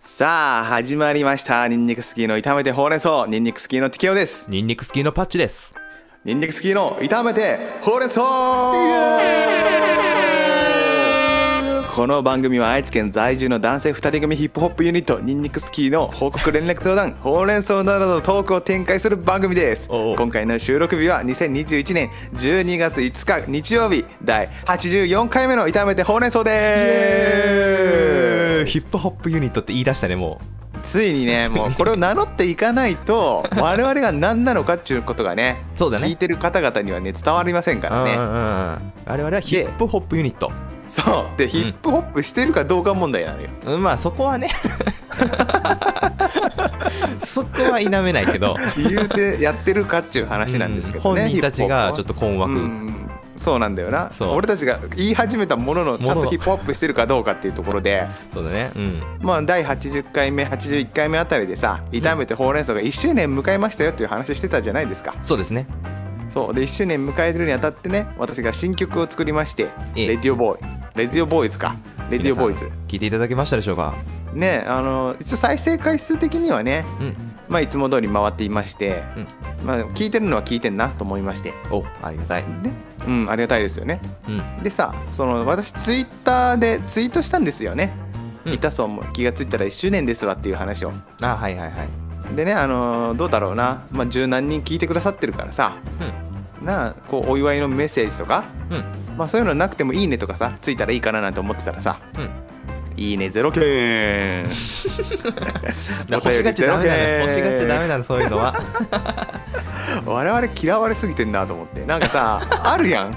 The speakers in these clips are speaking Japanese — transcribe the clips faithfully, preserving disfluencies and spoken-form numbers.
さあ始まりました。ニンニクスキーの炒めてほうれん草。ニンニクスキーのティケオです。 ニンニクスキーのパッチです。 ニンニクスキーの炒めてほうれん草。この番組は愛知県在住の男性ふたり組ヒップホップユニットニンニクスキーの報告連絡相談ほうれん草などのトークを展開する番組です。今回の収録日はにせんにじゅういちねんじゅうにがついつか日曜日、だいはちじゅうよんかいめの炒めてほうれん草です。 ヒップホップユニットって言い出したね。もうついにね、もうこれを名乗っていかないと我々が何なのかっていうことがね、 そうだね、 聞いてる方々にはね伝わりませんからね。 うんうんうん、我々はヒップホップユニット。 そうで、ヒップホップしてるかどうか問題なのよ、 うん、まあそこはねそこは否めないけど言うてやってるかっていう話なんですけどね、 うん、本人たちがちょっと困惑、うん、 そうなんだよな。俺たちが言い始めたもののちゃんとヒップホップしてるかどうかっていうところで、 そうだね、うん、 まあだいはちじゅっかいめはちじゅういっかいめあたりでさ、炒めてほうれん草がいっしゅうねん迎えましたよっていう話してたじゃないですか。 そうですね。 そうでいっしゅうねん迎えるにあたってね、私が新曲を作りまして、レディオボーイレディオボーイズかレディオボーイズ聞いていただけましたでしょうかね。あの一応再生回数的にはね、うん、まあいつも通り回っていまして、うん、まあ聞いてるのは聞いてんなと思いまして、 おありがたいね、うん、ありがたいですよね、うん、でさ、その私ツイッターでツイートしたんですよね、うん、イタソンも気がついたらいっしゅうねんですわっていう話を。 あ、はいはいはい。 でね、あのー、どうだろうな、まあ十何人聞いてくださってるからさ、うん、なあこうお祝いのメッセージとか、うん、まあそういうのなくてもいいねとかさついたらいいかななんて思ってたらさ、うん、いいねゼロ件欲しがっちゃダメなの、欲しがっちゃダメなの、そういうのは我々嫌われすぎてんなと思って、なんかさあるやん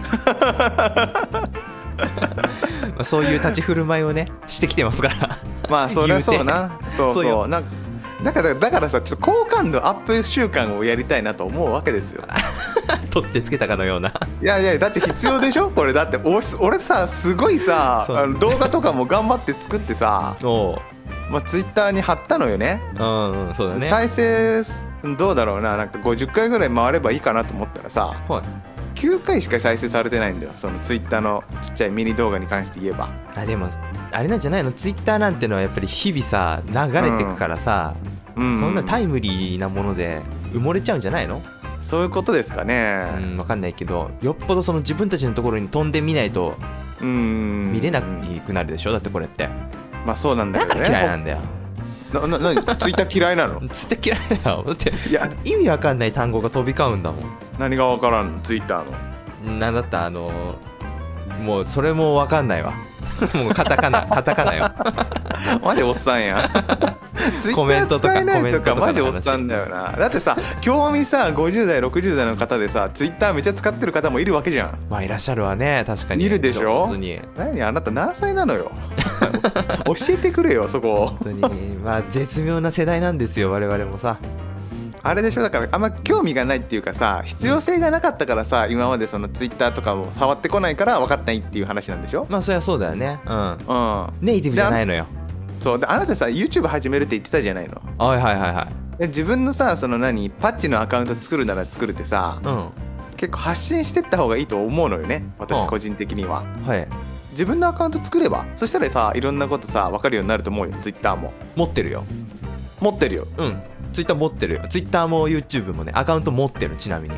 そういう立ち振る舞いをねしてきてますからまあそりゃそうな、そうそう、そうなんかだからだからさ、ちょっと好感度アップ習慣をやりたいなと思うわけですよ取ってつけたかのような。 いやいや、だって必要でしょこれ。だって俺、俺さすごいさあの動画とかも頑張って作ってさまあツイッターに貼ったのよね。 うん、うん、そうだね。 再生どうだろうな、なんかごじゅっかいぐらい回ればいいかなと思ったらさ、はい、きゅうかいしか再生されてないんだよ、そのツイッターのちっちゃいミニ動画に関して言えば。 あ、でもあれなんじゃないの、ツイッターなんてのはやっぱり日々さ流れてくからさ、うん、そんなタイムリーなもので埋もれちゃうんじゃないの。 そういうことですかね。 うん、分かんないけど、よっぽどその自分たちのところに飛んでみないと見れなくなるでしょ。だってこれってまあそうなんだけどね。 だから嫌いなんだよ。 な、な、なにツイッター嫌いなのツイッター嫌いだよ。だっていや意味わかんない単語が飛び交うんだもん。 何がわからんのツイッターの。 なんだったあのもうそれもわかんないわもうカタカナカタカナよマジおっさんやツイッター使えないとかマジおっさんだよな。だってさ興味さごじゅうだいろくじゅうだいの方でさツイッターめっちゃ使ってる方もいるわけじゃん。 まあいらっしゃるわね、確かにいるでしょ。何あなた何歳なのよ教えてくれよそこ。 本当にまあ絶妙な世代なんですよ我々もさ。 あれでしょ、だからあんま興味がないっていうかさ、必要性がなかったからさ、今までそのツイッターとかも触ってこないから分かってないっていう話なんでしょ。 まあそりゃそうだよね。うん、うん、ネイティブじゃないのよ。 そうで、あなたさ YouTube 始めるって言ってたじゃないの。 はいはいはいはい。 自分のさその何パッチのアカウント作るなら作るってさ、うん、結構発信してった方がいいと思うのよね、私個人的には、うん、はい。自分のアカウント作ればそしたらさいろんなことさ分かるようになると思うよ。ツイッターも持ってるよ。 持ってるよ。 うん、ツイッター持ってるよ。ツイッターも YouTube もねアカウント持ってる。ちなみに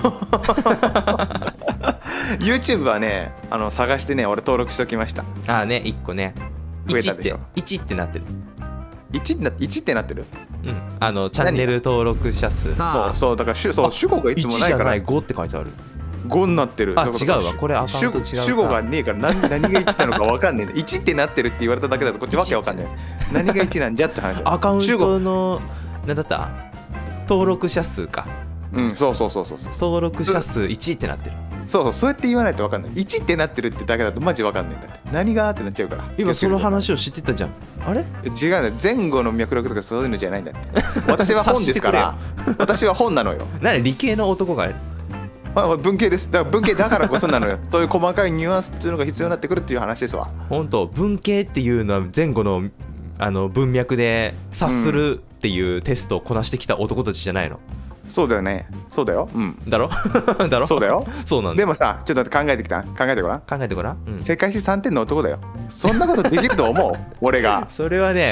YouTube はねあの探してね俺登録しておきました。 ああね、いっこね増えたでしょ。 いちってなってる。 いちってなっていちってなってる。 うん、あのチャンネル登録者数。 そうそう、だから主そう主語がいつもないから。いちじゃないごって書いてある。 ごになってる。 あ、違うわ、これアカウント違うか。 主語がねえから何何がいちなのか分かんねえ。いちってなってるって言われただけだとこっちわけわかんない。何がいちなんじゃって話。 アカウントの何だった？登録者数か。 うん、そうそうそうそうそう。 登録者数いちってなってる。 そうそう、そうやって言わないと分かんない。いちってなってるってだけだとマジ分かんないんだって。何がってなっちゃうから。 今その話を知ってたじゃん。あれ？ 違うんだ。前後の脈絡とかそういうのじゃないんだって。私は本ですから。私は本なのよ。 何理系の男が？ 文系です。だから文系だからこそなのよ。そういう細かいニュアンスっていうのが必要になってくるっていう話ですわ。 本当、文系っていうのは前後のあの文脈で察するっていうテストをこなしてきた男たちじゃないの。 そうだよね。そうだよ。うん。 だろだろ。 そうだよ。 そうなんだ。 でもさ、ちょっと考えてきた。考えてごらん。 考えてごらん。 うん、世界史さんてんの男だよ。そんなことできると思う俺が。 それはね、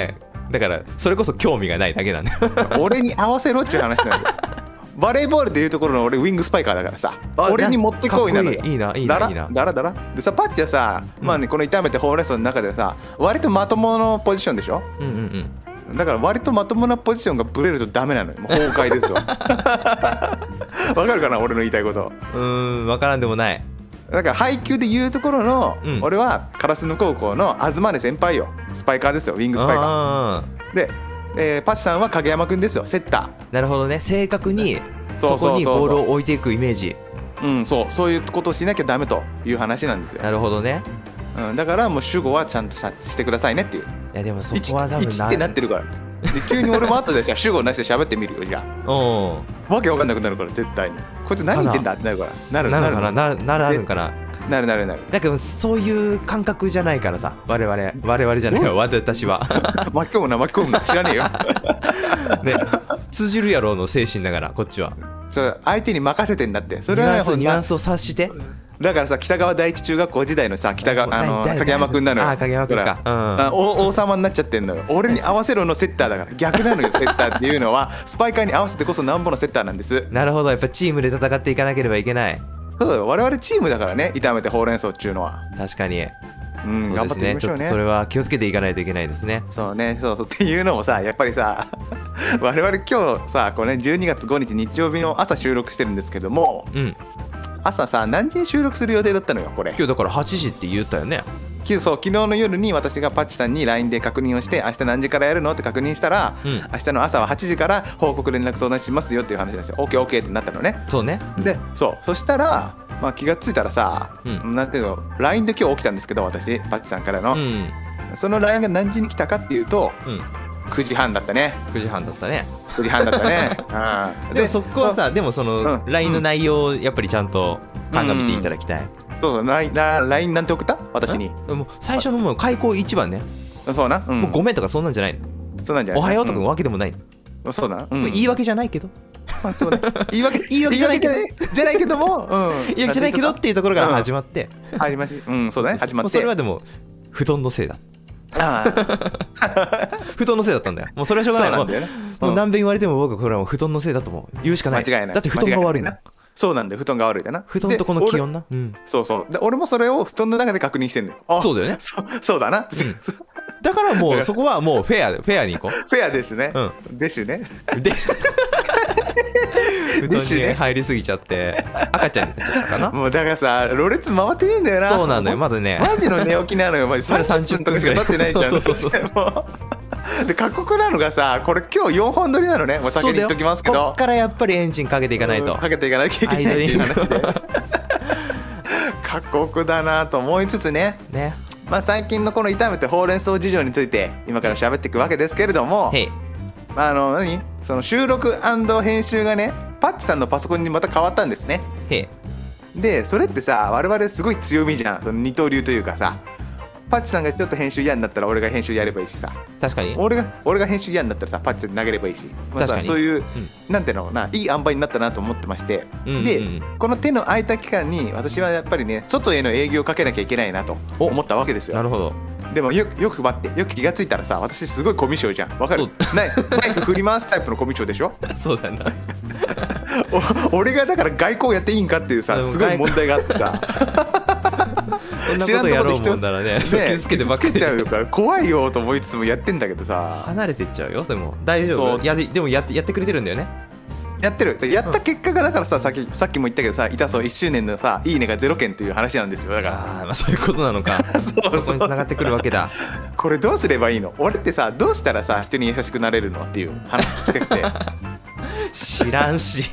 だからそれこそ興味がないだけなんだよ俺に合わせろっていう話なんだよ。バレーボールでいうところの俺ウィングスパイカーだからさ、俺に持ってこいなのよ。 いいないいだらないいなだらだらでさ、パッチはさ、まあね、この炒めてほうれん草の中でさ割とまとものポジションでしょ。 うんうんうん。 だから割とまともなポジションがブレるとダメなのよ。もう崩壊ですよ。わかるかな俺の言いたいこと。 うーん、分からんでもない。 だから配球でいうところの、うん、俺は烏野高校の東根先輩よ。スパイカーですよ、ウィングスパイカーで、えー、パチさんは影山くんですよ、セッター。 なるほどね、正確にそこにボールを置いていくイメージ。 うん、そうそういうことをしなきゃダメという話なんですよ。 なるほどね。 うん、だからもう主語はちゃんとしてくださいねっていう。いやでもそこは多分いちってなってるから。で急に俺も後でじゃあ主語なしで喋ってみるよ。じゃあおわけわかんなくなるから絶対に。こいつ何言ってんだってなるから。なるなるかななるなるあるんかな。 なるなるなる。 だけどそういう感覚じゃないからさ、我々我々じゃないよ、私は巻き込むな巻き込むな、知らねえよね、通じるやろうの精神だからこっちは。 そう相手に任せてんだって。それはニュアンスニュアンスを察して。 だからさ、北川第一中学校時代のさ、北川あの影山くんなのよ。 あ、影山くんか、うん、 王様になっちゃってんのよ。俺に合わせろのセッターだから。逆なのよセッターっていうのはスパイカーに合わせてこそなんぼのセッターなんです。 なるほど、やっぱチームで戦っていかなければいけない。 そうだよ、我々チームだからね、炒めてほうれん草っていうのは。 確かに、 うん、頑張っていきましょうね。 ちょっとそれは気をつけていかないといけないですね。 そうね、そうっていうのもさ、やっぱりさ我々今日さ、これねじゅうにがつごにち日曜日の朝収録してるんですけども、うん、朝さ何時に収録する予定だったのよこれ。 今日だからはちじって言ったよね。 そう、昨日の夜に私がパッチさんに ライン で確認をして、明日何時からやるのって確認したら、うん、明日の朝ははちじから報告連絡相談しますよっていう話なんですよ。 オーケーオーケー ってなったのね。 そうね、 うん、でそうそしたら、まあ、気がついたらさ、うん、なんていうの ライン で今日起きたんですけど、私パッチさんからの、うん、その ライン が何時に来たかっていうと、うん、くじはんだったね。 くじはんだったね。 くじはんだったねうん、 でもそこはさ、でもその ライン の内容をやっぱりちゃんと鑑みていただきたい。 そうそう、ライン ライン なんて送った私に。 もう最初のもう開口一番ね。 そうな、うん、 もうごめんとかそんなんじゃないの。 そうなんじゃない。 おはようとかわけでもないの、 うん、そうだな、うん、 言い訳じゃないけどまあそうね、言い訳言い訳じゃないけどじゃないけども、うん、 言い訳じゃないけどっていうところから始まって、 うん、入りましうんそうだね、始まって。 それはでも布団のせいだ。あ布団のせいだったんだよ。もうそれはしょうがない。もう、ね、もう何べん言われても僕はこれはもう布団のせいだと思う。言うしかない。 間違いない。 だって布団が悪いんだ。 そうなんだよ、布団が悪いだな。 布団とこの気温な、うん、 そうそう。で俺もそれを布団の中で確認してんのよ。あ、 そうだよね。 そ, そうだな、うん、 だからもうそこはもうフェアフェアに行こう。 フェアですね、うん、でしゅねでしゅ布団に入りすぎちゃって赤ちゃんになっちゃったかな。 もうだからさ、ろれつ回ってねえんだよな。 そうなのよ、まだね。 マジの寝起きなのよ。マジさんじゅっぷんとかしか経ってないじゃん。そうそうそうそうで過酷なのがさ、これ今日よんほん撮りなのね。もう先に言っときますけど、 こっからやっぱりエンジンかけていかないと、うん、 かけていかなきゃいけないっていう話で過酷だなと思いつつね。ね、まあ、最近のこの炒めてほうれん草事情について今から喋っていくわけですけれども、あの何その収録&編集がね、パッチさんのパソコンにまた変わったんですね。へでそれってさ、我々すごい強みじゃん。その二刀流というかさ、パッチさんがちょっと編集嫌になったら俺が編集やればいいしさ。 確かに俺が俺が編集嫌になったらさ、パッチさん投げればいいし、まあ、さそういう、うん、なんていうのないい塩梅になったなと思ってまして、うんうんうん、でこの手の空いた期間に私はやっぱりね、外への営業をかけなきゃいけないなと思ったわけですよ。 なるほど。でもよくよく待って、よく気がついたらさ、私すごいコミュ障じゃん。わかる？ナイフ振り回すタイプのコミュ障でしょ。 そうだな俺がだから外交やっていいんかっていうさ、すごい問題があってさ知らんとこで人ね傷つけてばっかりつけちゃうから怖いよと思いつつもやってんだけどさ、 離れてっちゃうよ。でも大丈夫。やでもやってやってくれてるんだよね。 やってる。やった結果がだからさ、さっきさっきも言ったけどさ、いたそういっしゅうねんのさ、いいねがゼロけんという話なんですよ。だからああ、まあそういうことなのか。そうそうそう、そこに繋がってくるわけだ。 これどうすればいいの？俺ってさ、どうしたらさ人に優しくなれるのっていう話聞きたくて知らんし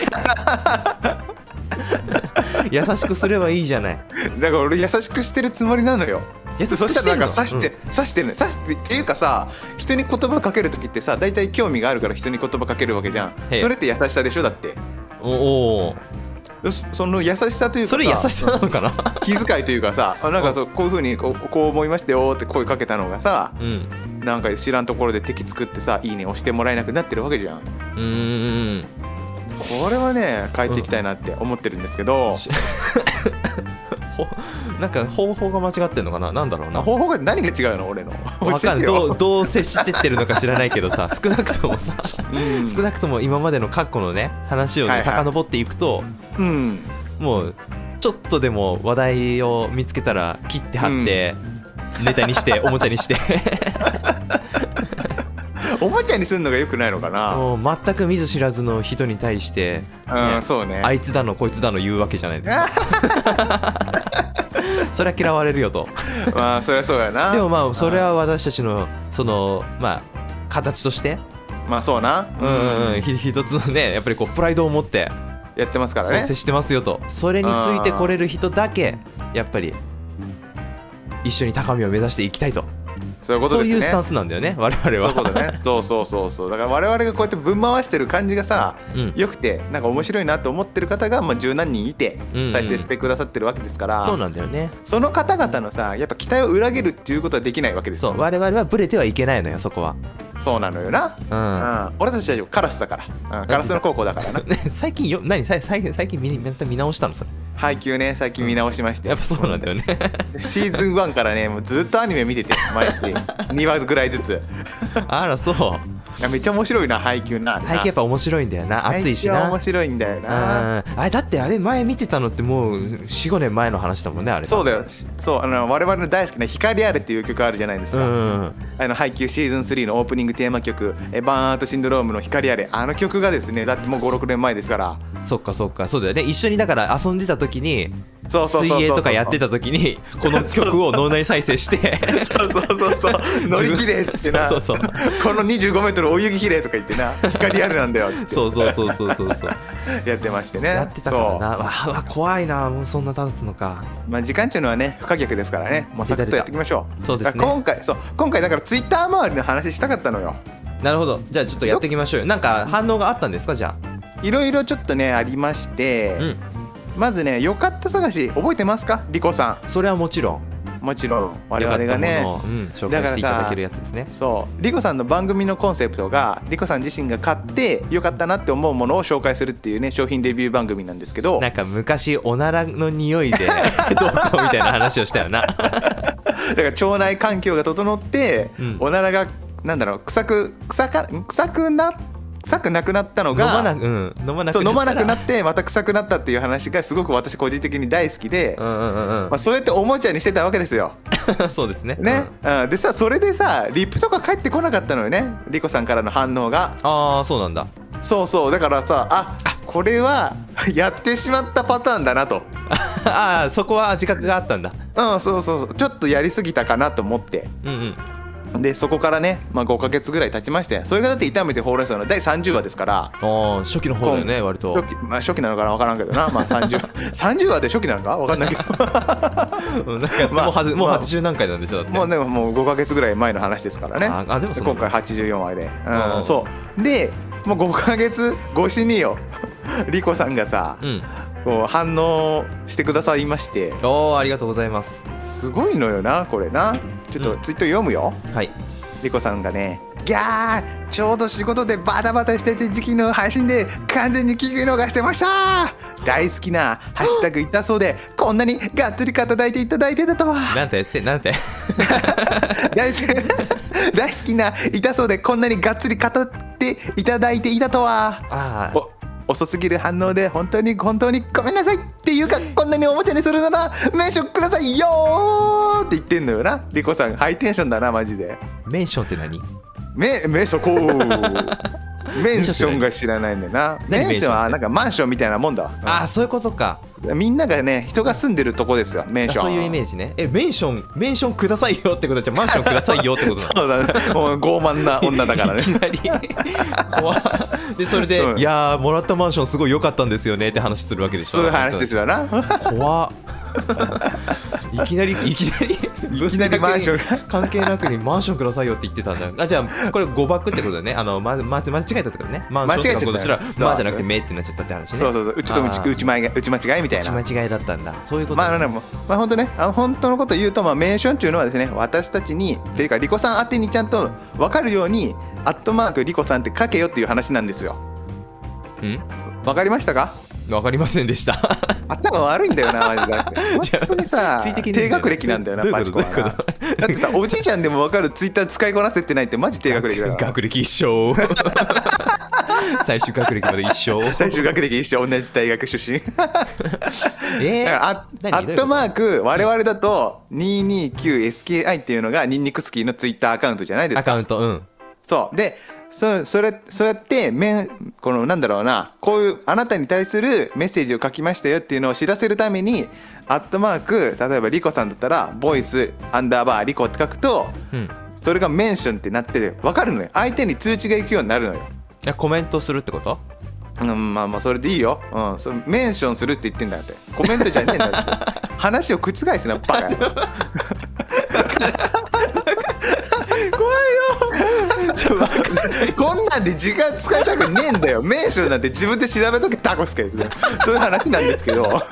優しくすればいいじゃない。 だから俺優しくしてるつもりなのよ。そしたらなんか刺して、うん、刺してるの刺してっていうかさ、人に言葉かける時ってさ、大体興味があるから人に言葉かけるわけじゃん。それって優しさでしょ。だっておお、その優しさというかさ、 それ優しさなのかな気遣いというかさ、なんかそうこういう風にこう、こう思いましたよって声かけたのがさ、うん、なんか知らんところで敵作ってさ、いいね押してもらえなくなってるわけじゃん。うーん、これはね変えていきたいなって思ってるんですけど、 うん、 ほなんか方法が間違ってんのかな、なんだろうな。 方法が何が違うの俺の。 わかんない、 教えてよどうどう接してってるのか知らないけどさ、少なくともさ、 うん少なくとも今までの過去のね話をね、 はいはい遡っていくと、 うんもうちょっとでも話題を見つけたら切って貼って、ネタにしておもちゃにしておもちゃにするのが良くないのかな。 もう全く見ず知らずの人に対して、 うん、 ねそうね。 あいつだのこいつだの言うわけじゃないですか。それは嫌われるよと。 まあそりゃそうやな。 でもまあそれは私たちのそのまあ形としてまあそうな。 うんうんうん、ひ一つのねやっぱりこうプライドを持ってやってますからね。 そう接してますよと。それについてこれる人だけやっぱり一緒に高みを目指していきたいと。 そういうことですね。 そういうスタンスなんだよね我々は。 そういうことね。そうそうそうそう。だから我々がこうやってぶん回してる感じがさ、 うん良くてなんか面白いなと思ってる方がまあ十何人いてうんうん再生してくださってるわけですから、 そうなんだよね。 その方々のさやっぱ期待を裏切るっていうことはできないわけですよ。 そう我々はブレてはいけないのよそこは。 そうなのよな。 うんうん、俺たちはカラスだから、うん、カラスの高校だからな。 ね最近よ何さ最近最近見また見直したのそれ。 配給ね最近見直しまして、 やっぱそうなんだよね。 シーズンワンからねもうずっとアニメ見てて毎日にわぐらいずつ。 あらそう。 いやめっちゃ面白いな配給な。 背景やっぱ面白いんだよな、熱いしな。 配給は面白いんだよな。 うんあれだってあれ前見てたのってもうよん、ごねんまえの話だもんねあれ。 そうだよ。そうあの我々の大好きな「光あれ」っていう曲あるじゃないですか。 うんうんうんあの配給シーズンスリーのオープニングテーマ曲「えバーンアウトシンドローム」の「光あれ」あの曲がですねだってもうごろくねんまえですから。 そっかそっかそうだよね。一緒にだから遊んでた時にそうそうそうそう水泳とかやってた時にこの曲を脳内再生してそうそうそうそう乗り切れっつってなそうそうそうこのにじゅうごメートルお泳ぎきれとか言ってな光あれなんだよっつってそうそうそうそうそうそうやってましてね。 やってたからな。わあわ怖いな、もうそんな経つのか。 そうまあ時間っていうのはね不可逆ですからねもうサクッとやっていきましょう。 そうですねだから今回そう今回だからツイッター周りの話したかったのよ。 なるほど、じゃあちょっとやっていきましょうよ。なんか反応があったんですかじゃいろいろちょっとねありまして、 あ。うんまずねよかった探し覚えてますかリコさそれはもちろんん。もちろん我々が良かったねものを、うん、紹介していただけるやつですね。 そうリコさんの番組のコンセプトがリコさん自身が買ってよかったなって思うものを紹介するっていうね商品レビュー番組なんですけど、 なんか昔おならの匂いでどうこうみたいな話をしたよな。 だから腸内環境が整って、 うんおならがなんだろう臭く臭か臭くな臭くなくなったの飲がまなく、うん、飲まなくそう飲まなくなっってまた臭くなったっていう話がすごく私個人的に大好きで、 たらうんうんうんうんまあ、そうやっておもちゃにしてたわけですよ。 そうですね。 ねうんうん、でさそれでさリップとか返ってこなかったのよねリコさんからの反応が。 ああそうなんだ。 そうそうだからさあこれはやってしまったパターンだなと。 ああそこは自覚があったんだ。 うんそうそうそうちょっとやりすぎたかなと思ってうんうんでそこからね、まあ、ごかげつぐらい経ちましてそれがだって炒めてほうれん草のだいさんじゅうわですからああ初期の方だよね割と。 初期,、まあ、初期なのかな分からんけどな、まあ、さんじゅう, さんじゅうわで初期なのか分かんないけどうんなんかまあもうはずもうまあはちじゅう何回なんでしょだって。 もうでももうごかげつぐらい前の話ですからね。 ああでもそでうなんだ今回はちじゅうよんわで、うん、 うんそうでもうごかげつ越しによリコさんがさ、 うん。 こう反応してくださいましておおありがとうございます。 すごいのよなこれな。ちょっとうんツイート読むよ、 はい。 リコさんがねギャーちょうど仕事でバタバタしてて時期の配信で完全に聞き逃してました大好きな「ハッシュタグ痛そう」でこんなにがっつり叩いていただいてたとはなんてってなんて。 大好き大好きな痛そうでこんなにがっつり語っていただいていたとはああお遅すぎる反応で本当に本当にごめんなさいっていうかこんなにおもちゃにするならメンションくださいよーって言ってんのよなリコさんハイテンションだなマジでメンションって何？ めめそこメンションが知らないんだよなメ何ンションはメンションってなんかマンションみたいなもんだわ、 ああそういうことか。 うんみんながね人が住んでるとこですよメンションそういうイメージね。えメンションメンションくださいよってことじゃマンションくださいよってことなの。 そうだねもう傲慢な女だからねいきなり怖っでそれでそういやーもらったマンションすごい良かったんですよねって話するわけでしょ。 そういう話ですよな怖っいきなりいきなりいきなりマンション関係なくにマンションくださいよって言ってたんだ。あじゃあこれ誤爆ってことだよね。あのまま間違えたってことね。マンションとかことしたら間違えちゃったよマーじゃなくてメってなっちゃったって話ね。 そうそうそううちとうちあーうち間違いうち間違いみたいな打ち間違いだったんだ。そういうことまあねもうまあ本当ねあの本当のこと言うとまあメンションっていうのはですね私たちにっていうかリコさん宛てにちゃんと分かるようにアットマークリコさんって書けよっていう話なんですよ。 うん分かりましたか？ わかりませんでした頭悪いんだよなマジで。本当にさついてけねえ低んだよ学歴なんだよなどういうことパチコはな。 どういうこだってさおじいちゃんでも分かるツイッター使いこなせてないってマジ低学歴だから。 学歴一緒最終学歴まで一緒最終学歴一緒同じ大学出身だかえー、 らあ何アットマーク我々だと にーにーきゅうエスケーアイ っていうのがニンニクスキーのツイッターアカウントじゃないですか。 アカウントうんそうでそそれそうやってめこのなんだろうなこういうあなたに対するメッセージを書きましたよっていうのを知らせるためにアットマーク例えばリコさんだったらボイスアンダーバーリコって書くとうんそれがメンションってなって分かるのよ。相手に通知が行くようになるのよ。 いやコメントするってこと？ うんまあまあそれでいいよ、うん、それメンションするって言ってんだってコメントじゃねえんだって話を覆すなバカ怖いよちょこんなんで時間使いたくねえんだよ。メンションなんて自分で調べとけタコスケそういう話なんですけど怖いよ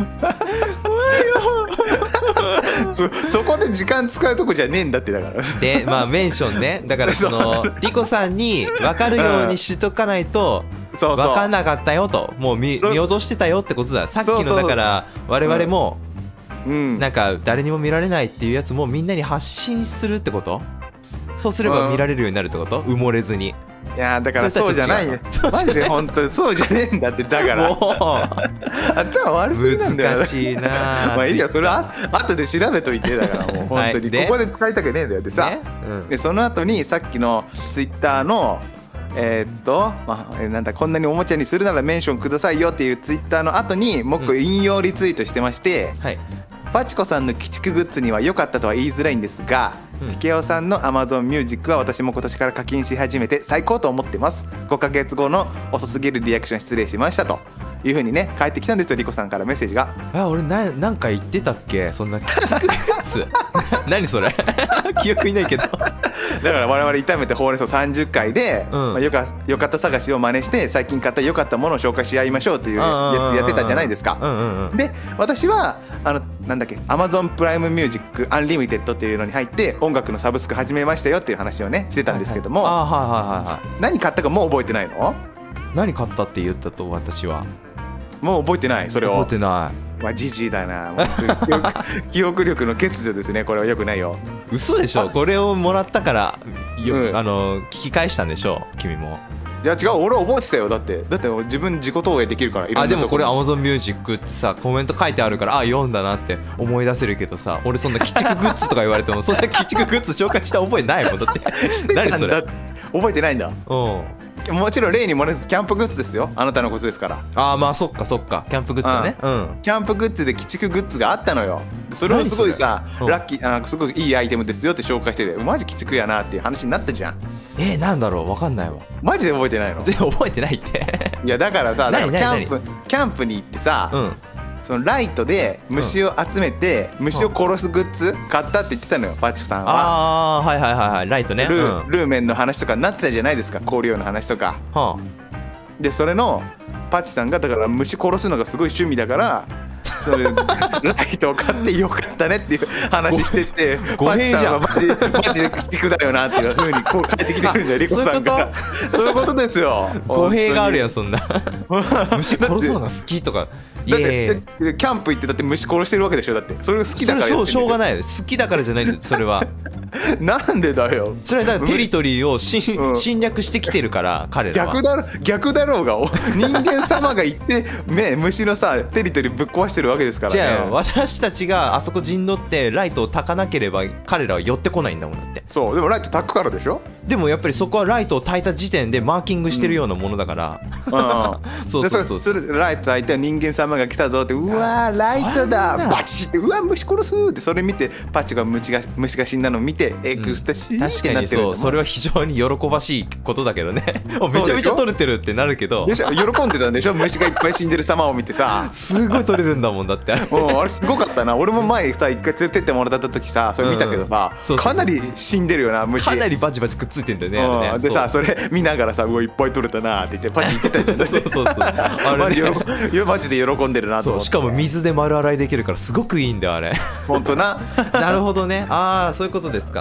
そ, そこで時間使うとこじゃねえんだってだからでまあメンションねだからそのリコさんに分かるようにしとかないとそうそう分かんなかったよともう 見, 見落としてたよってことだ。さっきのそうそうだから我々もうんなんか誰にも見られないっていうやつもみんなに発信するってこと？そうすれば見られるようになるってこと？埋もれずに。 いやだからそうじゃないよマジで本当にそうじゃねえんだってだからもう頭悪すぎなんだよ難しいなまあいいやそれは後で調べといてだからもう本当にはいここで使いたくねえんだよでさ、 ねうんでその後にさっきのツイッターのえーっと、まあ、えーなんだこんなにおもちゃにするならメンションくださいよっていうツイッターの後にもう一個引用リツイートしてまして、 はいパチコさんの鬼畜グッズには良かったとは言いづらいんですが、 うんテケオさんの Amazon Music は私も今年から課金し始めて最高と思ってます。ごかげつごの遅すぎるリアクション失礼しましたという風にね返ってきたんですよリコさんからメッセージが。 あ俺ななんか言ってたっけそんな鬼畜グッズ何それ記憶いないけどだから我々炒めてほうれん草さんじゅっかいで、 うんまあ、よかよかった探しを真似して最近買った良かったものを紹介し合いましょうっていうやつやってたじゃないですか。 うんうんうんで私はあのなんだっけ Amazon プライムミュージックアンリミテッドっていうのに入って音楽のサブスク始めましたよっていう話をねしてたんですけども、 あはいはいはいはい何買ったかもう覚えてないの？ 何買ったって言ったと私はもう覚えてないそれを。 覚えてないまあジジイだな本当に記憶記憶力の欠如ですね。これは良くないよ。 嘘でしょ。これをもらったからよ、 うんあの聞き返したんでしょ君も。 いや違う俺覚えてたよ。だってだって俺自分自己投影できるからいろんなとあでもこれろ Amazon Music ってさコメント書いてあるからあ読んだなって思い出せるけどさ俺そんな鬼畜グッズとか言われてもそんな鬼畜グッズ紹介した覚えないもんだって何それ。 覚えてないんだ。 うんもちろん例に漏れずキャンプグッズですよ。あなたのことですから。 あーまあそっかそっかキャンプグッズだね。うんキャンプグッズで鬼畜グッズがあったのよ。それをすごいさ何それうんラッキーあすごいいいアイテムですよって紹介しててマジ鬼畜やなっていう話になったじゃん。 えー、なんだろうわかんないわマジで覚えてないの？ 全然覚えてないっていやだからさだから何キャン何プキャンプに行ってさ、 うんそのライトで虫を集めて、虫を殺すグッズ買ったって言ってたのよパッチさんは。 ああはいはいはいはいライトねルうんー、ルーメンの話とかになってたじゃないですか。香料の話とかはでそれのパッチさんがだから虫殺すのがすごい趣味だからそれライトを買ってよかったねっていう話してて語弊じゃんパッチさんはマジマジで口くだよなっていう風にこう帰ってきてるんだよリコさんが。そういうことですよ。 語弊があるやんんそんな虫殺すのが好きとかいだっやいやいやてでキャンプ行ってだって虫殺してるわけでしょ。だってそれが好きだからそれやってんだよしょうしょうがないよ好きだからじゃないんだよそれはなんでだよ。 それはだからテリトリーを侵,、 うん侵略してきてるから彼らは逆だろ逆だろうがお人間様が行って、ね、虫のさテリトリーぶっ壊してるわけですからね。 じゃあ私たちがあそこ陣取ってライトを焚かなければ彼らは寄ってこないんだもんだって。 そうでもライト焚くからでしょ。 でもやっぱりそこはライトを焚いた時点でマーキングしてるようなものだから、 うん、 そうそうそうでそれそれライト焚いて人間様が来たぞってうわーライトだそんなバチってうわ虫殺すってそれ見てパッチが虫が虫が死んだのを見てエクスタシーっ確かにてなってるんだもん。 そうそれは非常に喜ばしいことだけどねめちゃめちゃ撮れてるってなるけどでしょ喜んでたんでしょ虫がいっぱい死んでる様を見てさすごい撮れるんだもんだってうん、あれすごかったな。俺も前さ一回連れてってもらった時さそれ見たけどさ、 うんそうそうそうかなり死んでるよな虫。 かなりバチバチくっついてんだよねあれねうん、でさそそれ見ながらさうわいっぱい取れたなって言ってパチ言ってたじゃん。だってうそうそうあマジれね喜いやマジで喜んでるなと思って。 そうしかも水で丸洗いできるからすごくいいんだよあれほんとななるほどねああそういうことですか。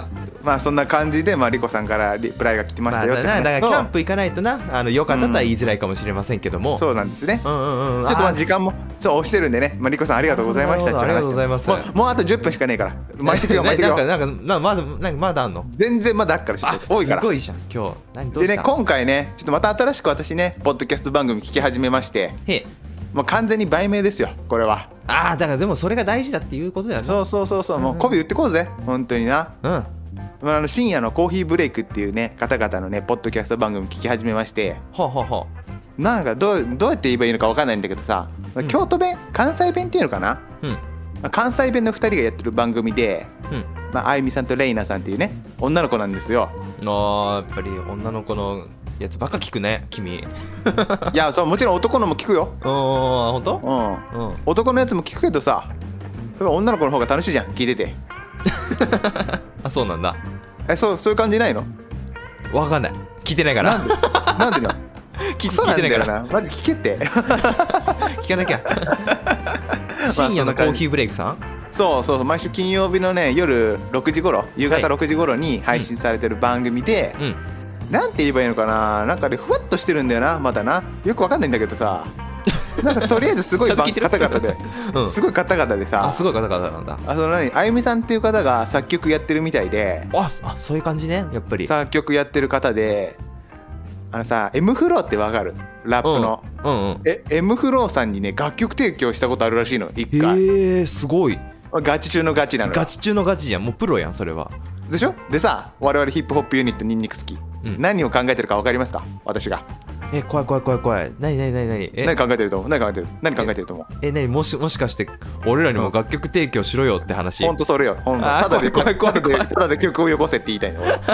まあそんな感じで、まあ、リコさんからリプライが来てましたよってまあ、だ話と、 からキャンプ行かないとな、あのよかったとは言いづらいかもしれませんけども、 そうなんですね。 うんうんうん、 ちょっとまあ時間もそう押してるんでね、まあ、リコさんありがとうございましたって話ありがとうございますもうもうあとじゅっぷんしかねえから巻いてくよ巻いてくよなんかなんかなまだなんかまだあんの？ 全然まだあっからちょっと多いから。 すごいじゃん今日。何どうした？ でね今回ねちょっとまた新しく私ねポッドキャスト番組聞き始めまして、 へえ、 もう完全に売名ですよこれは。 ああだからでもそれが大事だっていうことだよね。 そうそうそうそう、もう媚び売ってこうぜ本当にな。 うん。 まあ、あの深夜のコーヒーブレイクっていうね方々のねポッドキャスト番組聞き始めまして、 ほうほうほなんかどうどうやって言えばいいのか分かんないんだけどさ、 ん京都弁関西弁っていうのかな、 う。うんまあ関西弁のふたりがやってる番組で、 うん。 まあ、あゆみさんとレイナさんっていうね女の子なんですよ。 あーやっぱり女の子のやつばっか聞くね君。 いやそうもちろん男のも聞くよ、 おー本当？ うん、 うん。 男のやつも聞くけどさ、やっぱ女の子の方が楽しいじゃん聞いてて。 あそうなんだ。 えそうそういう感じないの？ わかんない。聞いてないから。 なんでなんでな聞そうないんだよ聞てないから。 なマジ聞けって聞かなきゃ。深夜のコーヒーブレイクさん？ そうそう毎週金曜日のね夜ろくじ頃夕方ろくじ頃に配信されてる番組で、 うん。 なんて言えばいいのかな、なんかねふわっとしてるんだよなまだな、よくわかんないんだけどさなんかとりあえずすごいばちゃんと聞いてる方々で、 うんすごい方々でさ、 あすごい方々なんだ。 あその何あゆみさんっていう方が作曲やってるみたいで、 ああそういう感じねやっぱり。 作曲やってる方で、あのさ M フローってわかる？ラップの、 うんうんうん。 え M フローさんにね楽曲提供したことあるらしいの一回。 へえすごい。 ガチ中のガチなのよガチ中のガチじゃんもうプロやんそれは。 でしょ。でさ我々ヒップホップユニットニンニク好き、 うん、 何を考えてるか分かりますか？私がえ怖い怖い怖い怖い。何何何何え何考えてると思う？何考えてる何考えてると思う？ え何もしもしかして俺らにも楽曲提供しろよって話？ ほんとそれよ。ほんとあーただで怖い怖い怖いただでただで曲をよこせって言いたいの俺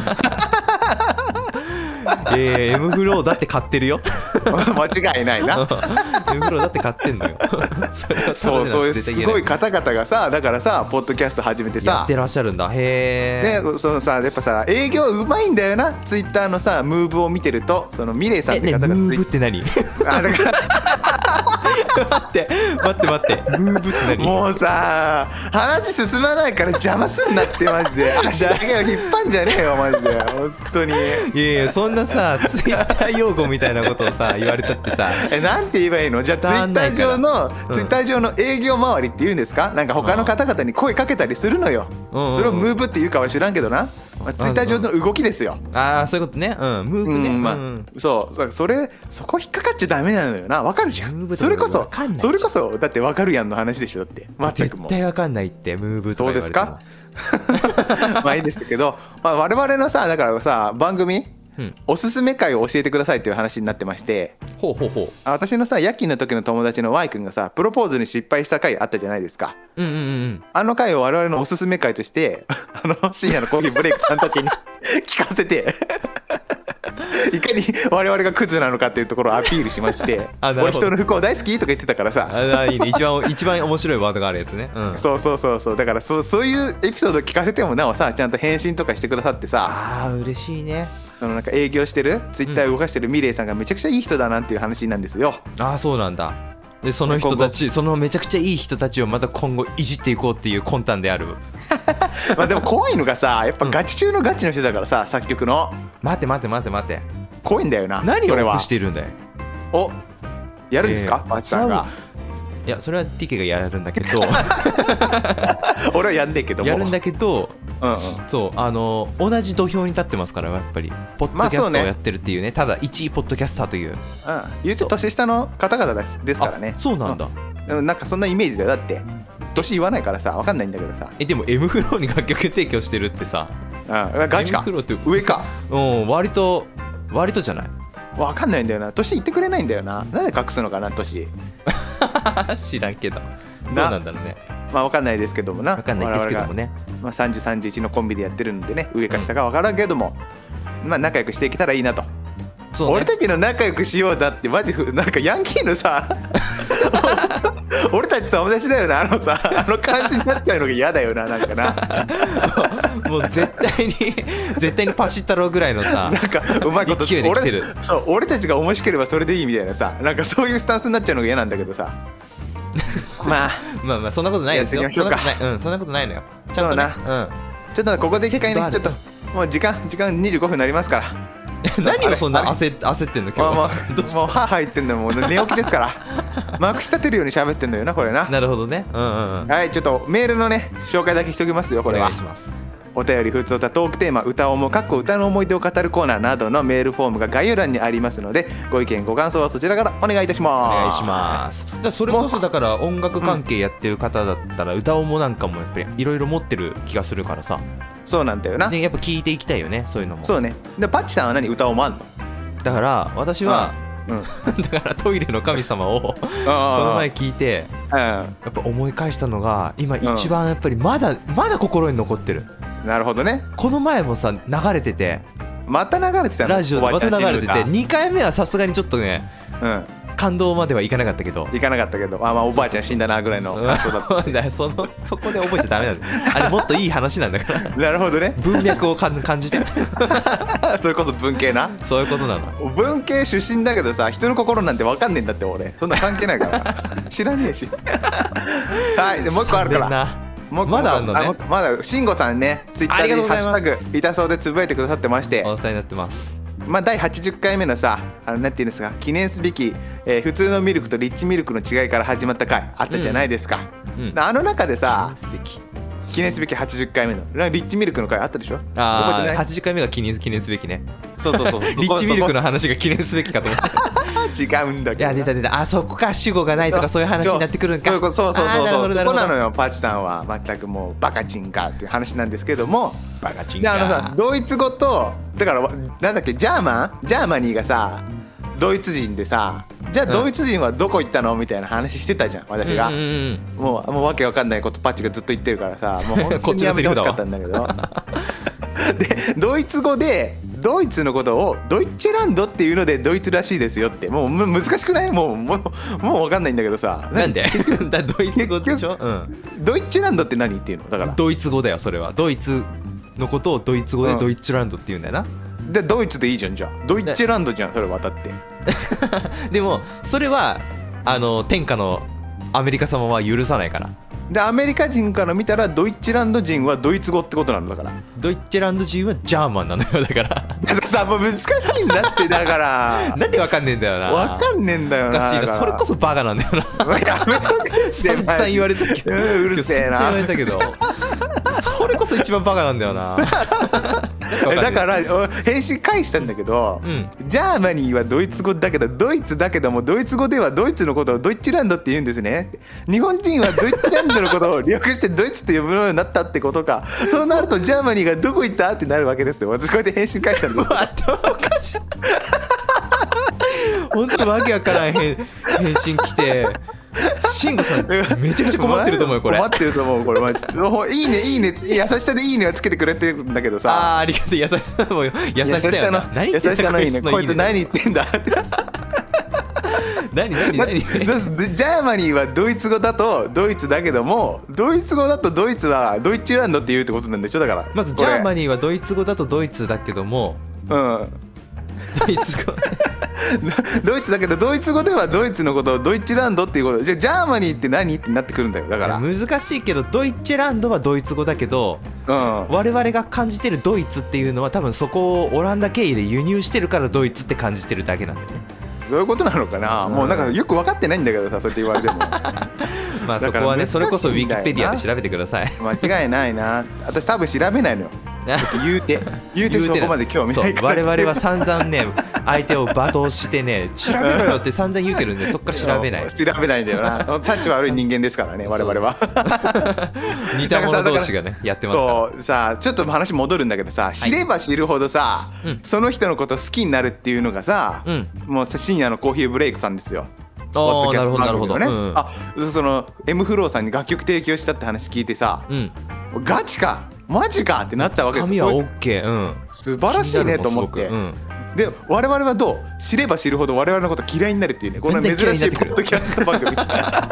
えー、M フローだって買ってるよ。 間違いないな M フローだって買ってんのよ。 そうそういうすごいか方々がさ、だからさポッドキャスト始めてやさってらっしゃるんだ。へえ。 ね、そのさやっぱさ営業うまいんだよな。ツイッターのさムーブを見てると、そのミレイさんっえねて方がツイムーブって何？ あだから待って待って待ってムーブって何？ もうさ話進まないから邪魔すんなってマジで足だけを引っ張んじゃねえよマジで本当に。 いやいやそんなさツイッター用語みたいなことをさ言われたってさえなんて言えばいいの？じゃあツイッター上の、 うんツイッター上の営業周りって言うんですか？なんか他の方々に声かけたりするのよ、 うんうんうん、 それをムーブって言うかは知らんけどな、まあ、ツイッター上の動きですよ。 ああそういうことね。うんムーブね。 うんまあうんうんそうそそれそこ引っかかっちゃダメなのよな。わかるじゃん。 ムーブとかそれこそわかんないそれこそだってわかるやんの話でしょ。だって全く絶もう対わかんないってムーブとか言われても。 まあいいですけど、まあ、我々のさだからさ番組、 うん、 おすすめ回を教えてくださいっていう話になってまして、 ほうほうほう。 あ私のさ夜勤の時の友達の Y 君がさプロポーズに失敗した回あったじゃないですか。 うんうんうんあの回を我々のおすすめ回としてあの深夜のコーヒーブレイクさんたちに聞かせていかに我々がクズなのかっていうところをアピールしましてあなるほど俺人の不幸大好きとか言ってたからさ。 あいいね一番一番面白いワードがあるやつね。うん、 そうそうそうそうだからそそういうエピソード聞かせてもなおさちゃんと返信とかしてくださってさ、 あー嬉しいね。 そのなんか営業してるツイッター動かしてるミレイさんがめちゃくちゃいい人だなっていう話なんですよ。 ああそうなんだ。でその人たちそのめちゃくちゃいい人たちをまた今後いじっていこうっていう魂胆である。 まあでも怖いのがさやっぱガチ中のガチの人だからさ、作曲の待って待って待って待って怖いんだよな。 何をそれは多くしてるんだよ。 おやるんですか、 えーバチさんが。 いやそれは ティーケー がやるんだけど俺はやんねえけどもやるんだけどうんうんそうあの同じ土俵に立ってますからやっぱりポッドキャストをやってるっていうね、ただ一位ポッドキャスターといううん言うて年下の方々ですですからね。 あそうなんだ、 うん、なんかそんなイメージだよ。だって年言わないからさ分かんないんだけどさ。 えでも M フローに楽曲提供してるってさ、 うんガチか M フローって上かうん割と割とじゃない分かんないんだよな。年言ってくれないんだよな。なんで隠すのかな年知らんけどどうななんだろうね。 まあ分かんないですけどもな。 分かんないですけどもね。 まあ、さんじゅう、さんじゅういちのコンビでやってるんでね上か下か分からんけども、まあ仲良くしていけたらいいなと。 そうね俺たちの仲良くしようだってマジふなんかヤンキーのさ俺たち友達だよなあのさあの感じになっちゃうのが嫌だよななんかなもう絶対に絶対にパシッタローぐらいのさなんかうまいこと勢いで来てる。 俺そう俺たちが面白ければそれでいいみたいなさなんかそういうスタンスになっちゃうのが嫌なんだけどさまあまあまあそんなことないですよ。 やっていきましょうかそんなことない、うん、そんなことないのよ。ちゃんとね、 そうちょっとここで一回ねちょっともう時間時間にじゅうごふんになりますから何をそんなあれ焦焦ってんの今日もうもはどうしうもう歯入ってんのもう寝起きですからまくし立てるように喋ってんのよなこれな。 たなるほどね。うんうんうん。 はい、ちょっとメールのね紹介だけしときますよ。これおは願いします。 お便り、ふつおた、トークテーマ、歌おもかっこ歌の思い出を語るコーナーなどのメールフォームが概要欄にありますので、ご意見ご感想はそちらからお願いいたします。 お願いします。だからそれこそだから音楽関係やってる方だったら歌おもなんかもやっぱりいろいろ持ってる気がするからさ、 そうなんだよな。 ね、やっぱ聞いていきたいよね、そういうのも。 そうね。でパッチさんは何歌おもあんの？ だから私は、 うんだからトイレの神様をこあの前聞いてうんやっぱ思い返したのが今一番やっぱりまだまだ心に残ってる。 なるほどね。 この前もさ流れててまた流れてたの？ ラジオでまた流れててにかいめはさすがにちょっとねうん感動まではいかなかったけど、 行かなかったけど、あまあおばあちゃん死んだなぐらいの感想だっだからそのそこで覚えちゃダメなんだよ。あれもっといい話なんだからた。なるほどね。 文脈をかん感じてそれこそ文系な。 そういうことなの。 文系出身だけどさ、人の心なんてわかんねえんだって俺。そんな関係ないから知らねえしはいでもう一個あるから残念なもう一個まだあんのねもう一個まだ慎吾さんねツイッターでありがとうごハざいますッシュタグ痛そうでつぶやいてくださってまして、 お世話になってます。 まあだいはちじゅっかいめのさ、あのなんていうんですか、記念すべき、えー普通のミルクとリッチミルクの違いから始まった回あったじゃないですか、 うんうんあの中でさすべき記念すべきはちじゅっかいめのリッチミルクの回あったでしょ。覚えてああない？ はちじゅっかいめが記念記念すべきね。 そうそうそうリッチミルクの話が記念すべきかと思って違うんだけどいや出た出た、あそこか主語がないとかそういう話になってくるんか。 そうそうそうそうあーなるほどそうそこなのなるよ。パチさんは全くもうバカチンかっていう話なんですけども、 ほどバカチンであのさか。 ドイツ語とだからなんだっけジャーマンジャーマニーがさドイツ人でさ、じゃあドイツ人はどこ行ったのみたいな話してたじゃん私が、 うんうんうんもうもうわけわかんないことパッチがずっと言ってるからさ、もう本当こっちにやめてほしのセリフだわかったんだけどでドイツ語でドイツのことをドイッチェランドっていうのでドイツらしいですよって、もうむ難しくない？もうもうもうわかんないんだけどさ、 なんでだドイツ語でしょ、うん、 ドイッチェランドって何っていうのだからドイツ語だよそれは。ドイツのことをドイツ語でうんドイツランドって言うんだよな。 でドイツでいいじゃん。じゃあドイッチェランドじゃんそれ渡ってでもそれはあの天下のアメリカ様は許さないから。 でアメリカ人から見たらドイッチェランド人はドイツ語ってことなのだからドイツランド人はジャーマンなのよだからだからさもう難しいんだってだからなんでわかんねえんだよな。 わかんねえんだよな。 おかしいな。それこそバカなんだよな。 やめとけ散々言われたけど、 うんうるせえな散々言われたけどそれこそ一番バカなんだよな。 えだからお返信返したんだけど、 うんジャーマニーはドイツ語だけどドイツだけどもドイツ語ではドイツのことをドイッチランドって言うんですね。日本人はドイッチランドのことを略してドイツって呼ぶようになったってことか。そうなるとジャーマニーがどこ行ったってなるわけですよ。私こうやって返信返したんです。 頭おかしい。本当わけわからん返返信来て、慎吾さんめちゃくちゃ困ってると思うよこれ。 困ってると思うこれマジで。もういいねいいね優しさでいいねはつけてくれてるんだけどさ。 ああーありがとう。優しさも優しさよな。 優しさの優しさのいいね。こいつ何言ってんだって。 何何だ何ジャーマニーはドイツ語だとドイツだけどもドイツ語だとドイツはドイッチランドって言うってことなんでしょだから。 まずジャーマニニーはドイツ語だとドイツだけどもーうんドイツ語ドイツだけどドイツ語ではドイツのことをドイッチランドっていうことじゃあジャーマニーって何ってなってくるんだよだから。うん難しいけどドイッチェランドはドイツ語だけど我々が感じてるドイツっていうのは多分そこをオランダ経由で輸入してるからドイツって感じてるだけなんだよね。 そういうことなのかな。もうなんかよく分かってないんだけどさそうやって言われてもまあそこはねそれこそウィキペディアでで調べてください。 間違いないな。私多分調べないのよ言うて言うてそこまで興味ないから。 そう我々は散々ね相手を罵倒してね調べろよって散々言うてるんでそっから調べない。 調べないんだよな。タッチ悪い人間ですからね我々は。 似た者同士がねやってますから。 そうさちょっと話戻るんだけどさ、知れば知るほどさ、 うんその人のこと好きになるっていうのがさ、 うんもうさ深夜のコーヒーブレイクさんですよ。 あーなるほどなるほど。 ねうんあその M フローさんに楽曲提供したって話聞いてさ、 うんガチかマジかってなったわけです髪はよ。 OK。うん素晴らしいねと思って、 気になるもんすごくで我々はどう知れば知るほど我々のこと嫌いになるっていうねこの珍しいポッドキャスト番組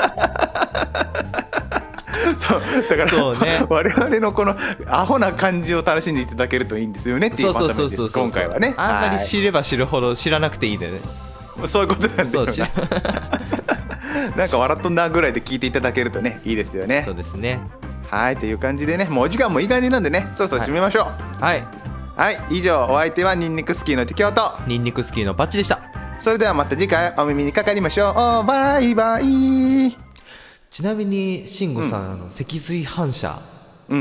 そうだからそうね我々のこのアホな感じを楽しんでいただけるといいんですよねっていうまとめです今回はね。 あんまりはい知れば知るほど知らなくていいんだよね。 そういうことなんですよそう知らなんか笑っとんなぐらいで聞いていただけるとねいいですよねそう。ですね。 はいという感じでねもうお時間もいい感じなんでねそろそろ締めましょう。 はいはい以上お相手はニンニクスキーのテキオとニンニクスキーのバッチでした。 それではまた次回お耳にかかりましょう。バイバイ。 ちなみに慎吾さん、うん、あの脊髄反射、 うんうん、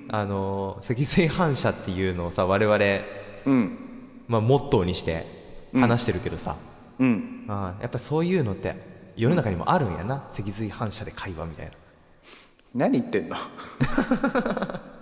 あの脊髄反射っていうのをさ我々、 うんまあ、モットーにして話してるけどさ、 うん、 あやっぱそういうのって世の中にもあるんやな、脊髄反射で会話みたいな。 何言ってんの